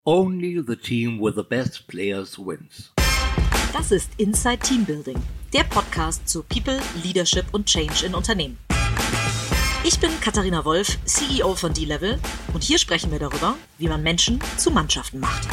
Only the team with the best players wins. Das ist Inside Teambuilding, der Podcast zu People, Leadership und Change in Unternehmen. Ich bin Katharina Wolf, CEO von D-Level, und hier sprechen wir darüber, wie man Menschen zu Mannschaften macht.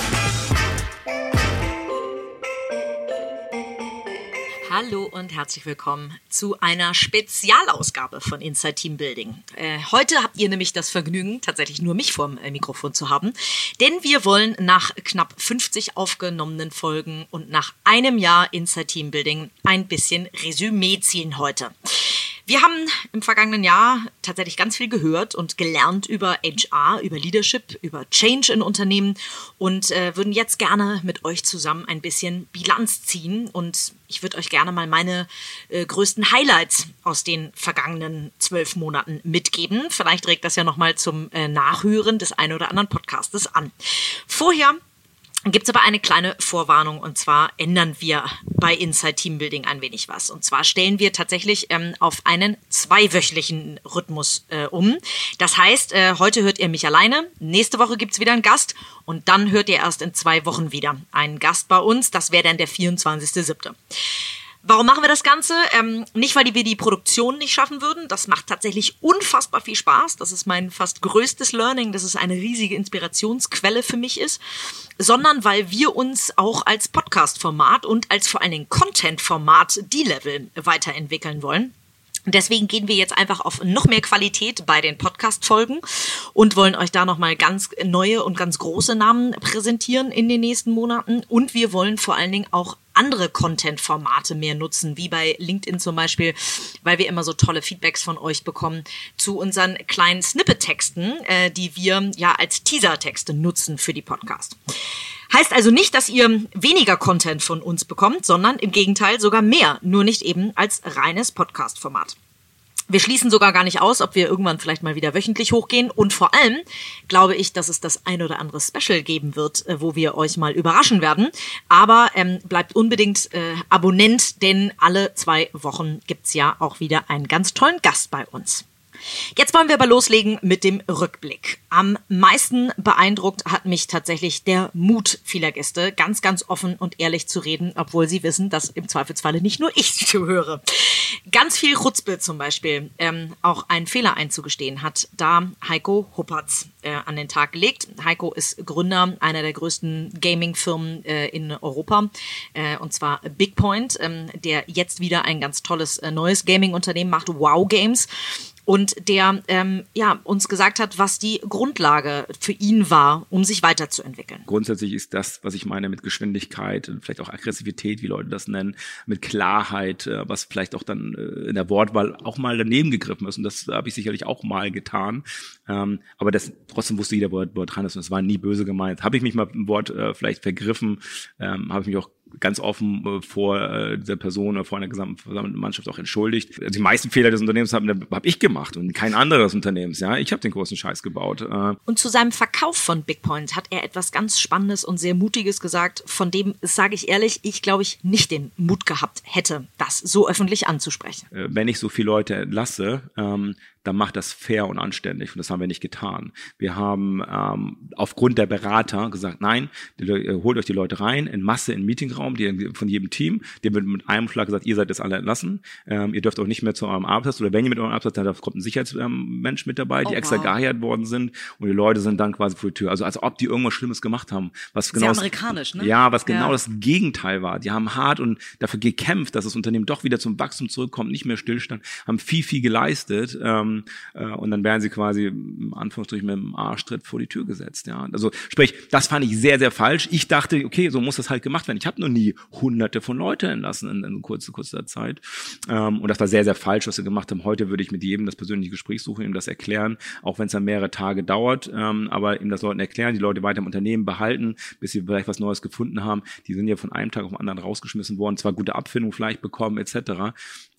Hallo und herzlich willkommen zu einer Spezialausgabe von Inside Teambuilding. Heute habt ihr nämlich das Vergnügen, tatsächlich nur mich vorm Mikrofon zu haben, denn wir wollen nach knapp 50 aufgenommenen Folgen und nach einem Jahr Inside Teambuilding ein bisschen Resümee ziehen heute. Wir haben im vergangenen Jahr tatsächlich ganz viel gehört und gelernt über HR, über Leadership, über Change in Unternehmen und würden jetzt gerne mit euch zusammen ein bisschen Bilanz ziehen. Und ich würde euch gerne mal meine größten Highlights aus den vergangenen 12 Monaten mitgeben. Vielleicht regt das ja nochmal zum Nachhören des einen oder anderen Podcastes an. Vorher gibt es aber eine kleine Vorwarnung, und zwar ändern wir bei Inside Teambuilding ein wenig was. Und zwar stellen wir tatsächlich auf einen 2-wöchentlichen Rhythmus um. Das heißt, heute hört ihr mich alleine, nächste Woche gibt es wieder einen Gast und dann hört ihr erst in 2 Wochen wieder einen Gast bei uns. Das wäre dann der 24.07. Warum machen wir das Ganze? Nicht, weil wir die Produktion nicht schaffen würden. Das macht tatsächlich unfassbar viel Spaß. Das ist mein fast größtes Learning, dass es eine riesige Inspirationsquelle für mich ist. Sondern weil wir uns auch als Podcast-Format und als vor allen Dingen Content-Format D-Level weiterentwickeln wollen. Deswegen gehen wir jetzt einfach auf noch mehr Qualität bei den Podcast-Folgen und wollen euch da nochmal ganz neue und ganz große Namen präsentieren in den nächsten Monaten. Und wir wollen vor allen Dingen auch andere Content-Formate mehr nutzen, wie bei LinkedIn zum Beispiel, weil wir immer so tolle Feedbacks von euch bekommen zu unseren kleinen Snippet-Texten, die wir ja als Teaser-Texte nutzen für die Podcast. Heißt also nicht, dass ihr weniger Content von uns bekommt, sondern im Gegenteil sogar mehr, nur nicht eben als reines Podcast-Format. Wir schließen sogar gar nicht aus, ob wir irgendwann vielleicht mal wieder wöchentlich hochgehen. Und vor allem glaube ich, dass es das ein oder andere Special geben wird, wo wir euch mal überraschen werden. Aber bleibt unbedingt Abonnent, denn alle 2 Wochen gibt's ja auch wieder einen ganz tollen Gast bei uns. Jetzt wollen wir aber loslegen mit dem Rückblick. Am meisten beeindruckt hat mich tatsächlich der Mut vieler Gäste, ganz, ganz offen und ehrlich zu reden, obwohl sie wissen, dass im Zweifelsfalle nicht nur ich zuhöre. Ganz viel Chutzpe zum Beispiel, auch einen Fehler einzugestehen, hat da Heiko Huppertz an den Tag gelegt. Heiko ist Gründer einer der größten Gaming-Firmen in Europa, und zwar BigPoint, der jetzt wieder ein ganz tolles neues Gaming-Unternehmen macht, Wow Games. Und der uns gesagt hat, was die Grundlage für ihn war, um sich weiterzuentwickeln. Grundsätzlich ist das, was ich meine mit Geschwindigkeit, vielleicht auch Aggressivität, wie Leute das nennen, mit Klarheit, was vielleicht auch dann in der Wortwahl auch mal daneben gegriffen ist. Und das habe ich sicherlich auch mal getan. Aber trotzdem wusste jeder, wo er dran ist. Und es war nie böse gemeint. Habe ich mich mal im Wort vielleicht vergriffen, habe ich mich auch ganz offen vor dieser Person oder vor einer gesamten Mannschaft auch entschuldigt. Also die meisten Fehler des Unternehmens habe ich gemacht und kein anderes Unternehmens. Ja, ich habe den großen Scheiß gebaut. Und zu seinem Verkauf von BigPoint hat er etwas ganz Spannendes und sehr Mutiges gesagt, von dem, sage ich ehrlich, ich glaube ich nicht den Mut gehabt hätte, das so öffentlich anzusprechen. Wenn ich so viele Leute entlasse, dann macht das fair und anständig. Und das haben wir nicht getan. Wir haben aufgrund der Berater gesagt, nein, holt euch die Leute rein, in Masse, in den Meetingraum, von jedem Team. Dem wird mit einem Schlag gesagt, ihr seid jetzt alle entlassen. Ihr dürft auch nicht mehr zu eurem Arbeitsplatz. Oder wenn ihr mit eurem Arbeitsplatz seid, da kommt ein Sicherheitsmensch mit dabei, die extra geheiert worden sind. Und die Leute sind dann quasi vor die Tür. Also als ob die irgendwas Schlimmes gemacht haben. Was genau sehr amerikanisch, ne? Ja, was genau das Gegenteil war. Die haben hart und dafür gekämpft, dass das Unternehmen doch wieder zum Wachstum zurückkommt, nicht mehr Stillstand, haben viel, viel geleistet. Und dann werden sie quasi in Anführungsstrichen mit dem Arschtritt vor die Tür gesetzt. Ja, also sprich, das fand ich sehr, sehr falsch. Ich dachte, okay, so muss das halt gemacht werden. Ich habe noch nie Hunderte von Leuten entlassen in kurzer Zeit. Und das war sehr, sehr falsch, was wir gemacht haben. Heute würde ich mit jedem das persönliche Gespräch suchen, ihm das erklären, auch wenn es dann mehrere Tage dauert, aber ihm das Leuten erklären, die Leute weiter im Unternehmen behalten, bis sie vielleicht was Neues gefunden haben. Die sind ja von einem Tag auf den anderen rausgeschmissen worden, zwar gute Abfindung vielleicht bekommen etc.,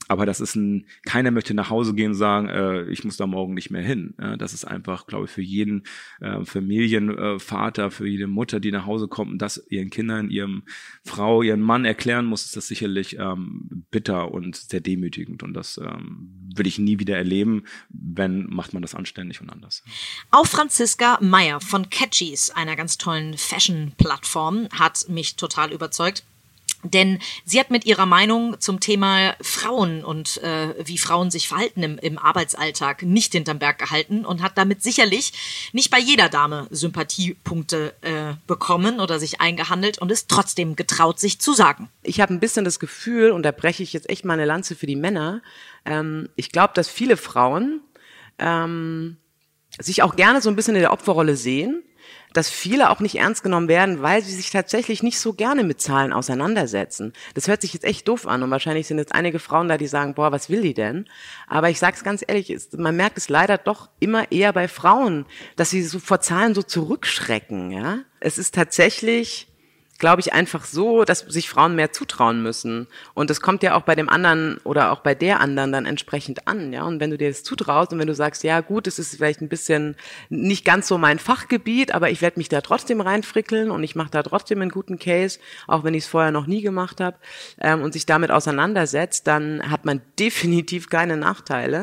Aber keiner möchte nach Hause gehen und sagen, ich muss da morgen nicht mehr hin. Das ist einfach, glaube ich, für jeden Familienvater, für jede Mutter, die nach Hause kommt und das ihren Kindern, ihrem Frau, ihren Mann erklären muss, ist das sicherlich bitter und sehr demütigend. Und das will ich nie wieder erleben. Wenn, macht man das anständig und anders. Auch Franziska Meyer von Catchies, einer ganz tollen Fashion-Plattform, hat mich total überzeugt. Denn sie hat mit ihrer Meinung zum Thema Frauen und wie Frauen sich verhalten im Arbeitsalltag nicht hinterm Berg gehalten und hat damit sicherlich nicht bei jeder Dame Sympathiepunkte bekommen oder sich eingehandelt und ist trotzdem getraut, sich zu sagen. Ich habe ein bisschen das Gefühl, und da breche ich jetzt echt mal eine Lanze für die Männer, ich glaube, dass viele Frauen sich auch gerne so ein bisschen in der Opferrolle sehen, dass viele auch nicht ernst genommen werden, weil sie sich tatsächlich nicht so gerne mit Zahlen auseinandersetzen. Das hört sich jetzt echt doof an und wahrscheinlich sind jetzt einige Frauen da, die sagen, boah, was will die denn? Aber ich sag's ganz ehrlich, man merkt es leider doch immer eher bei Frauen, dass sie so vor Zahlen so zurückschrecken, ja. Es ist tatsächlich, glaube ich, einfach so, dass sich Frauen mehr zutrauen müssen. Und das kommt ja auch bei dem anderen oder auch bei der anderen dann entsprechend an, ja. Und wenn du dir das zutraust und wenn du sagst, ja gut, es ist vielleicht ein bisschen nicht ganz so mein Fachgebiet, aber ich werde mich da trotzdem reinfrickeln und ich mache da trotzdem einen guten Case, auch wenn ich es vorher noch nie gemacht habe, und sich damit auseinandersetzt, dann hat man definitiv keine Nachteile.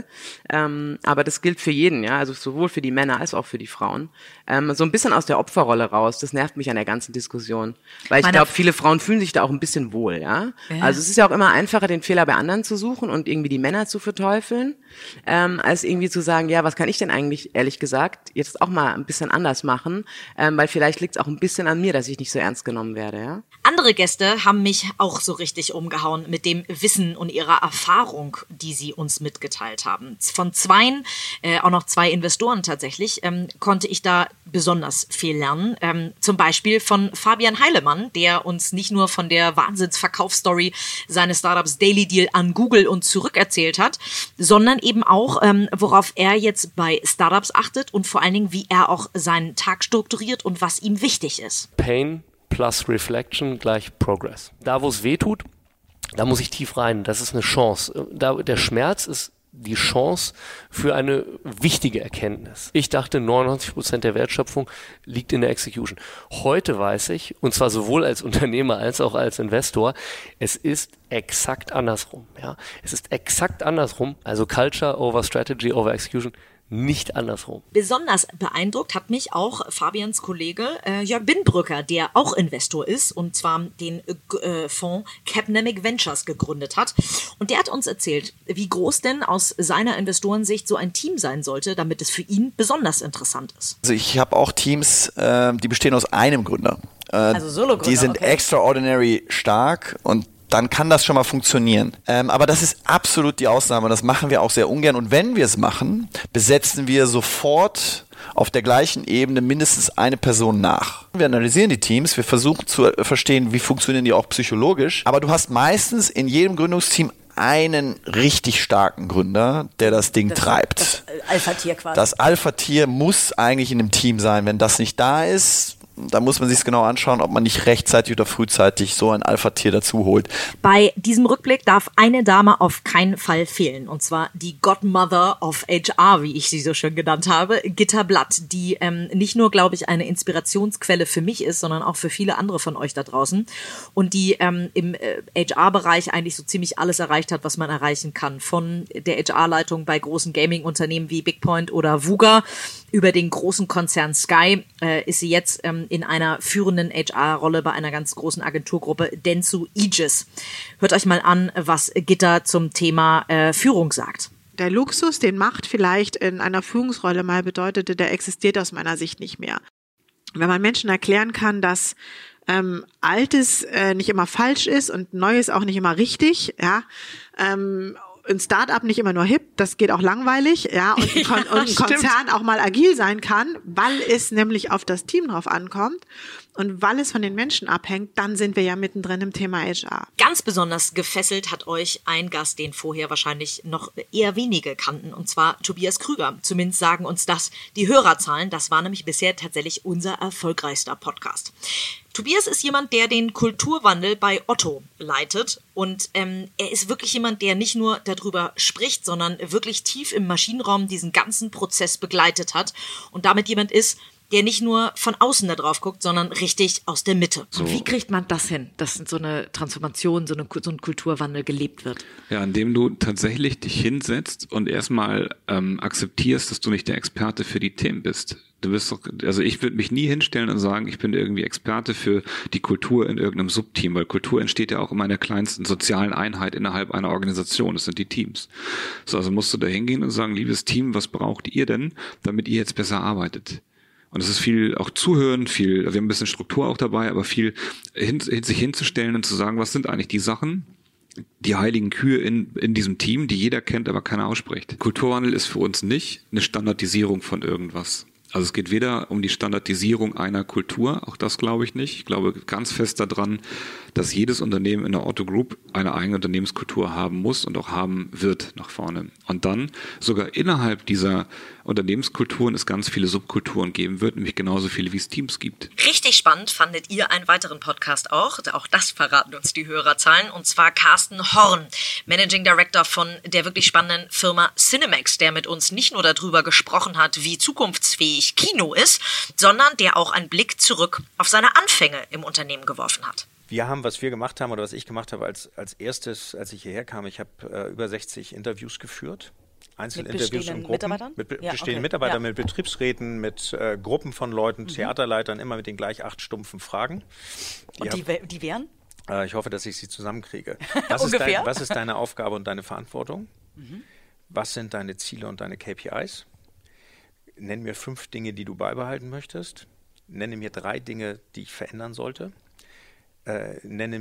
Aber das gilt für jeden, ja, also sowohl für die Männer als auch für die Frauen. So ein bisschen aus der Opferrolle raus, das nervt mich an der ganzen Diskussion. Weil ich glaube, viele Frauen fühlen sich da auch ein bisschen wohl, ja. Also es ist ja auch immer einfacher, den Fehler bei anderen zu suchen und irgendwie die Männer zu verteufeln, als irgendwie zu sagen, ja, was kann ich denn eigentlich, ehrlich gesagt, jetzt auch mal ein bisschen anders machen, weil vielleicht liegt es auch ein bisschen an mir, dass ich nicht so ernst genommen werde, ja. Andere Gäste haben mich auch so richtig umgehauen mit dem Wissen und ihrer Erfahrung, die sie uns mitgeteilt haben. Von zweien, auch noch 2 Investoren tatsächlich, konnte ich da besonders viel lernen. Zum Beispiel von Fabian Heilemann, der uns nicht nur von der Wahnsinnsverkaufsstory seines Startups Daily Deal an Google und zurück erzählt hat, sondern eben auch, worauf er jetzt bei Startups achtet und vor allen Dingen, wie er auch seinen Tag strukturiert und was ihm wichtig ist. Pain plus Reflection gleich Progress. Da, wo es weh tut, da muss ich tief rein. Das ist eine Chance. Der Schmerz ist die Chance für eine wichtige Erkenntnis. Ich dachte, 99% der Wertschöpfung liegt in der Execution. Heute weiß ich, und zwar sowohl als Unternehmer als auch als Investor, es ist exakt andersrum. Ja? Es ist exakt andersrum, also Culture over Strategy over Execution, nicht andersrum. Besonders beeindruckt hat mich auch Fabians Kollege Jörg Binbrücker, der auch Investor ist und zwar den Fonds Capnamic Ventures gegründet hat. Und der hat uns erzählt, wie groß denn aus seiner Investorensicht so ein Team sein sollte, damit es für ihn besonders interessant ist. Also ich habe auch Teams, die bestehen aus einem Gründer. Also Solo-Gründer, die sind extraordinary stark und dann kann das schon mal funktionieren. Aber das ist absolut die Ausnahme. Das machen wir auch sehr ungern. Und wenn wir es machen, besetzen wir sofort auf der gleichen Ebene mindestens eine Person nach. Wir analysieren die Teams, wir versuchen zu verstehen, wie funktionieren die auch psychologisch. Aber du hast meistens in jedem Gründungsteam einen richtig starken Gründer, der das Ding treibt. Das Alpha-Tier quasi. Das Alpha-Tier muss eigentlich in einem Team sein. Wenn das nicht da ist, da muss man sich genau anschauen, ob man nicht rechtzeitig oder frühzeitig so ein Alpha-Tier dazu holt. Bei diesem Rückblick darf eine Dame auf keinen Fall fehlen. Und zwar die Godmother of HR, wie ich sie so schön genannt habe, Gitta Blatt, die nicht nur, glaube ich, eine Inspirationsquelle für mich ist, sondern auch für viele andere von euch da draußen. Und die im HR-Bereich eigentlich so ziemlich alles erreicht hat, was man erreichen kann. Von der HR-Leitung bei großen Gaming-Unternehmen wie BigPoint oder VUGA über den großen Konzern Sky ist sie jetzt in einer führenden HR-Rolle bei einer ganz großen Agenturgruppe, Dentsu Aegis. Hört euch mal an, was Gitta zum Thema Führung sagt. Der Luxus, den Macht vielleicht in einer Führungsrolle mal bedeutete, der existiert aus meiner Sicht nicht mehr. Wenn man Menschen erklären kann, dass Altes nicht immer falsch ist und Neues auch nicht immer richtig, ja, ein Start-up nicht immer nur hip, das geht auch langweilig, ja, und ein Konzern auch mal agil sein kann, weil es nämlich auf das Team drauf ankommt und weil es von den Menschen abhängt, dann sind wir ja mittendrin im Thema HR. Ganz besonders gefesselt hat euch ein Gast, den vorher wahrscheinlich noch eher wenige kannten, und zwar Tobias Krüger. Zumindest sagen uns das die Hörerzahlen. Das war nämlich bisher tatsächlich unser erfolgreichster Podcast. Tobias ist jemand, der den Kulturwandel bei Otto leitet und er ist wirklich jemand, der nicht nur darüber spricht, sondern wirklich tief im Maschinenraum diesen ganzen Prozess begleitet hat und damit jemand ist, der nicht nur von außen da drauf guckt, sondern richtig aus der Mitte. So. Und wie kriegt man das hin, dass so eine Transformation, so ein Kulturwandel gelebt wird? Ja, indem du tatsächlich dich hinsetzt und erstmal akzeptierst, dass du nicht der Experte für die Themen bist. Du bist doch, also ich würde mich nie hinstellen und sagen, ich bin irgendwie Experte für die Kultur in irgendeinem Subteam, weil Kultur entsteht ja auch immer in der kleinsten sozialen Einheit innerhalb einer Organisation. Das sind die Teams. So, also musst du da hingehen und sagen, liebes Team, was braucht ihr denn, damit ihr jetzt besser arbeitet? Und es ist viel auch zuhören, wir haben ein bisschen Struktur auch dabei, aber viel sich hinzustellen und zu sagen, was sind eigentlich die Sachen, die heiligen Kühe in diesem Team, die jeder kennt, aber keiner ausspricht. Kulturwandel ist für uns nicht eine Standardisierung von irgendwas. Also es geht weder um die Standardisierung einer Kultur, auch das glaube ich nicht. Ich glaube ganz fest daran, dass jedes Unternehmen in der Otto Group eine eigene Unternehmenskultur haben muss und auch haben wird nach vorne. Und dann sogar innerhalb dieser Unternehmenskulturen es ganz viele Subkulturen geben wird, nämlich genauso viele, wie es Teams gibt. Richtig spannend fandet ihr einen weiteren Podcast auch. Auch das verraten uns die Hörerzahlen. Und zwar Carsten Horn, Managing Director von der wirklich spannenden Firma Cinemax, der mit uns nicht nur darüber gesprochen hat, wie zukunftsfähig Kino ist, sondern der auch einen Blick zurück auf seine Anfänge im Unternehmen geworfen hat. Was wir gemacht haben oder was ich gemacht habe als erstes, als ich hierher kam, ich habe über 60 Interviews geführt. Einzelinterviews in Gruppen. Mitarbeitern? Mit bestehenden Mitarbeitern, mit Betriebsräten, mit Gruppen von Leuten, Theaterleitern, immer mit den gleich 8 stumpfen Fragen. Und die wären? Ich hoffe, dass ich sie zusammenkriege. Ungefähr? Was ist deine Aufgabe und deine Verantwortung? Was sind deine Ziele und deine KPIs? Nenn mir 5 Dinge, die du beibehalten möchtest. Nenne mir 3 Dinge, die ich verändern sollte. Sag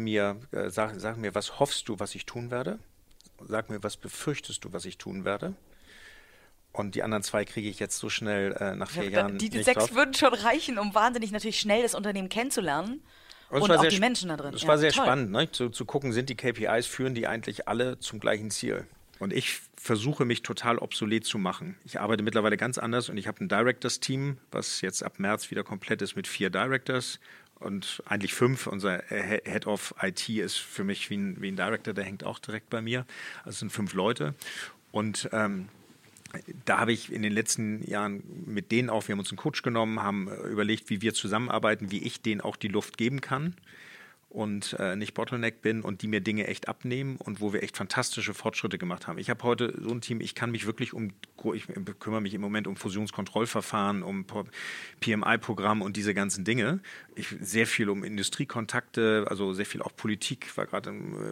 mir, was hoffst du, was ich tun werde? Sag mir, was befürchtest du, was ich tun werde? Und die anderen 2 kriege ich jetzt so schnell nach 4 Jahren die nicht 6 drauf. würden schon reichen, um wahnsinnig natürlich schnell das Unternehmen kennenzulernen. Und auch die Menschen da drin. Das war sehr spannend, ne? zu gucken, sind die KPIs, führen die eigentlich alle zum gleichen Ziel? Und ich versuche mich total obsolet zu machen. Ich arbeite mittlerweile ganz anders und ich habe ein Directors-Team, was jetzt ab März wieder komplett ist mit 4 Directors. Und eigentlich 5. Unser Head of IT ist für mich wie ein Director, der hängt auch direkt bei mir. Also es sind 5 Leute. Und da habe ich in den letzten Jahren mit denen wir haben uns einen Coach genommen, haben überlegt, wie wir zusammenarbeiten, wie ich denen auch die Luft geben kann und nicht Bottleneck bin und die mir Dinge echt abnehmen und wo wir echt fantastische Fortschritte gemacht haben. Ich habe heute so ein Team, ich kann mich wirklich ich kümmere mich im Moment um Fusionskontrollverfahren, um PMI-Programm und diese ganzen Dinge. Sehr viel um Industriekontakte, also sehr viel auch Politik, war gerade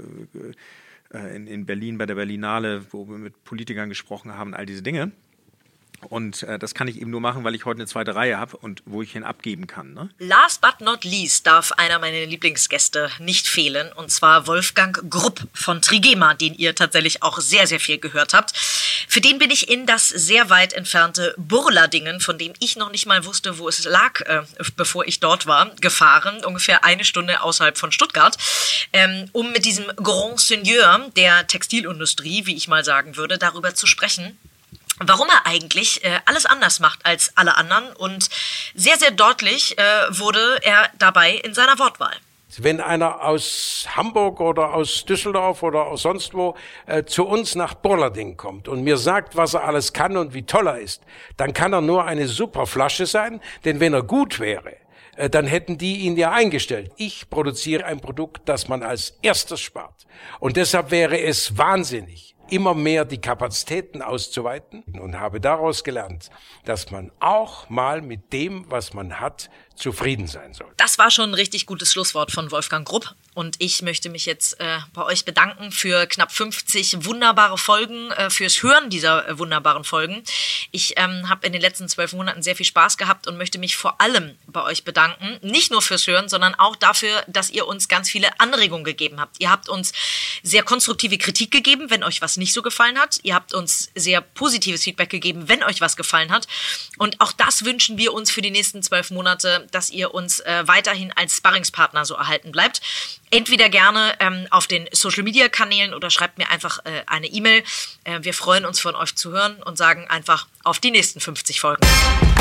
in Berlin bei der Berlinale, wo wir mit Politikern gesprochen haben, all diese Dinge. Und das kann ich eben nur machen, weil ich heute eine zweite Reihe habe und wo ich ihn abgeben kann. Ne? Last but not least darf einer meiner Lieblingsgäste nicht fehlen, und zwar Wolfgang Grupp von Trigema, den ihr tatsächlich auch sehr, sehr viel gehört habt. Für den bin ich in das sehr weit entfernte Burladingen, von dem ich noch nicht mal wusste, wo es lag, bevor ich dort war, gefahren, ungefähr 1 Stunde außerhalb von Stuttgart, um mit diesem Grand Seigneur der Textilindustrie, wie ich mal sagen würde, darüber zu sprechen, warum er eigentlich alles anders macht als alle anderen, und sehr, sehr deutlich wurde er dabei in seiner Wortwahl. Wenn einer aus Hamburg oder aus Düsseldorf oder aus sonst wo zu uns nach Burlading kommt und mir sagt, was er alles kann und wie toll er ist, dann kann er nur eine super Flasche sein, denn wenn er gut wäre, dann hätten die ihn ja eingestellt. Ich produziere ein Produkt, das man als erstes spart. Und deshalb wäre es wahnsinnig, immer mehr die Kapazitäten auszuweiten, und habe daraus gelernt, dass man auch mal mit dem, was man hat, zufrieden sein soll. Das war schon ein richtig gutes Schlusswort von Wolfgang Grupp. Und ich möchte mich jetzt bei euch bedanken für knapp 50 wunderbare Folgen, fürs Hören dieser wunderbaren Folgen. Ich habe in den letzten 12 Monaten sehr viel Spaß gehabt und möchte mich vor allem bei euch bedanken. Nicht nur fürs Hören, sondern auch dafür, dass ihr uns ganz viele Anregungen gegeben habt. Ihr habt uns sehr konstruktive Kritik gegeben, wenn euch was nicht so gefallen hat. Ihr habt uns sehr positives Feedback gegeben, wenn euch was gefallen hat. Und auch das wünschen wir uns für die nächsten 12 Monate, dass ihr uns weiterhin als Sparringspartner so erhalten bleibt. Entweder gerne auf den Social-Media-Kanälen oder schreibt mir einfach eine E-Mail. Wir freuen uns, von euch zu hören und sagen einfach auf die nächsten 50 Folgen.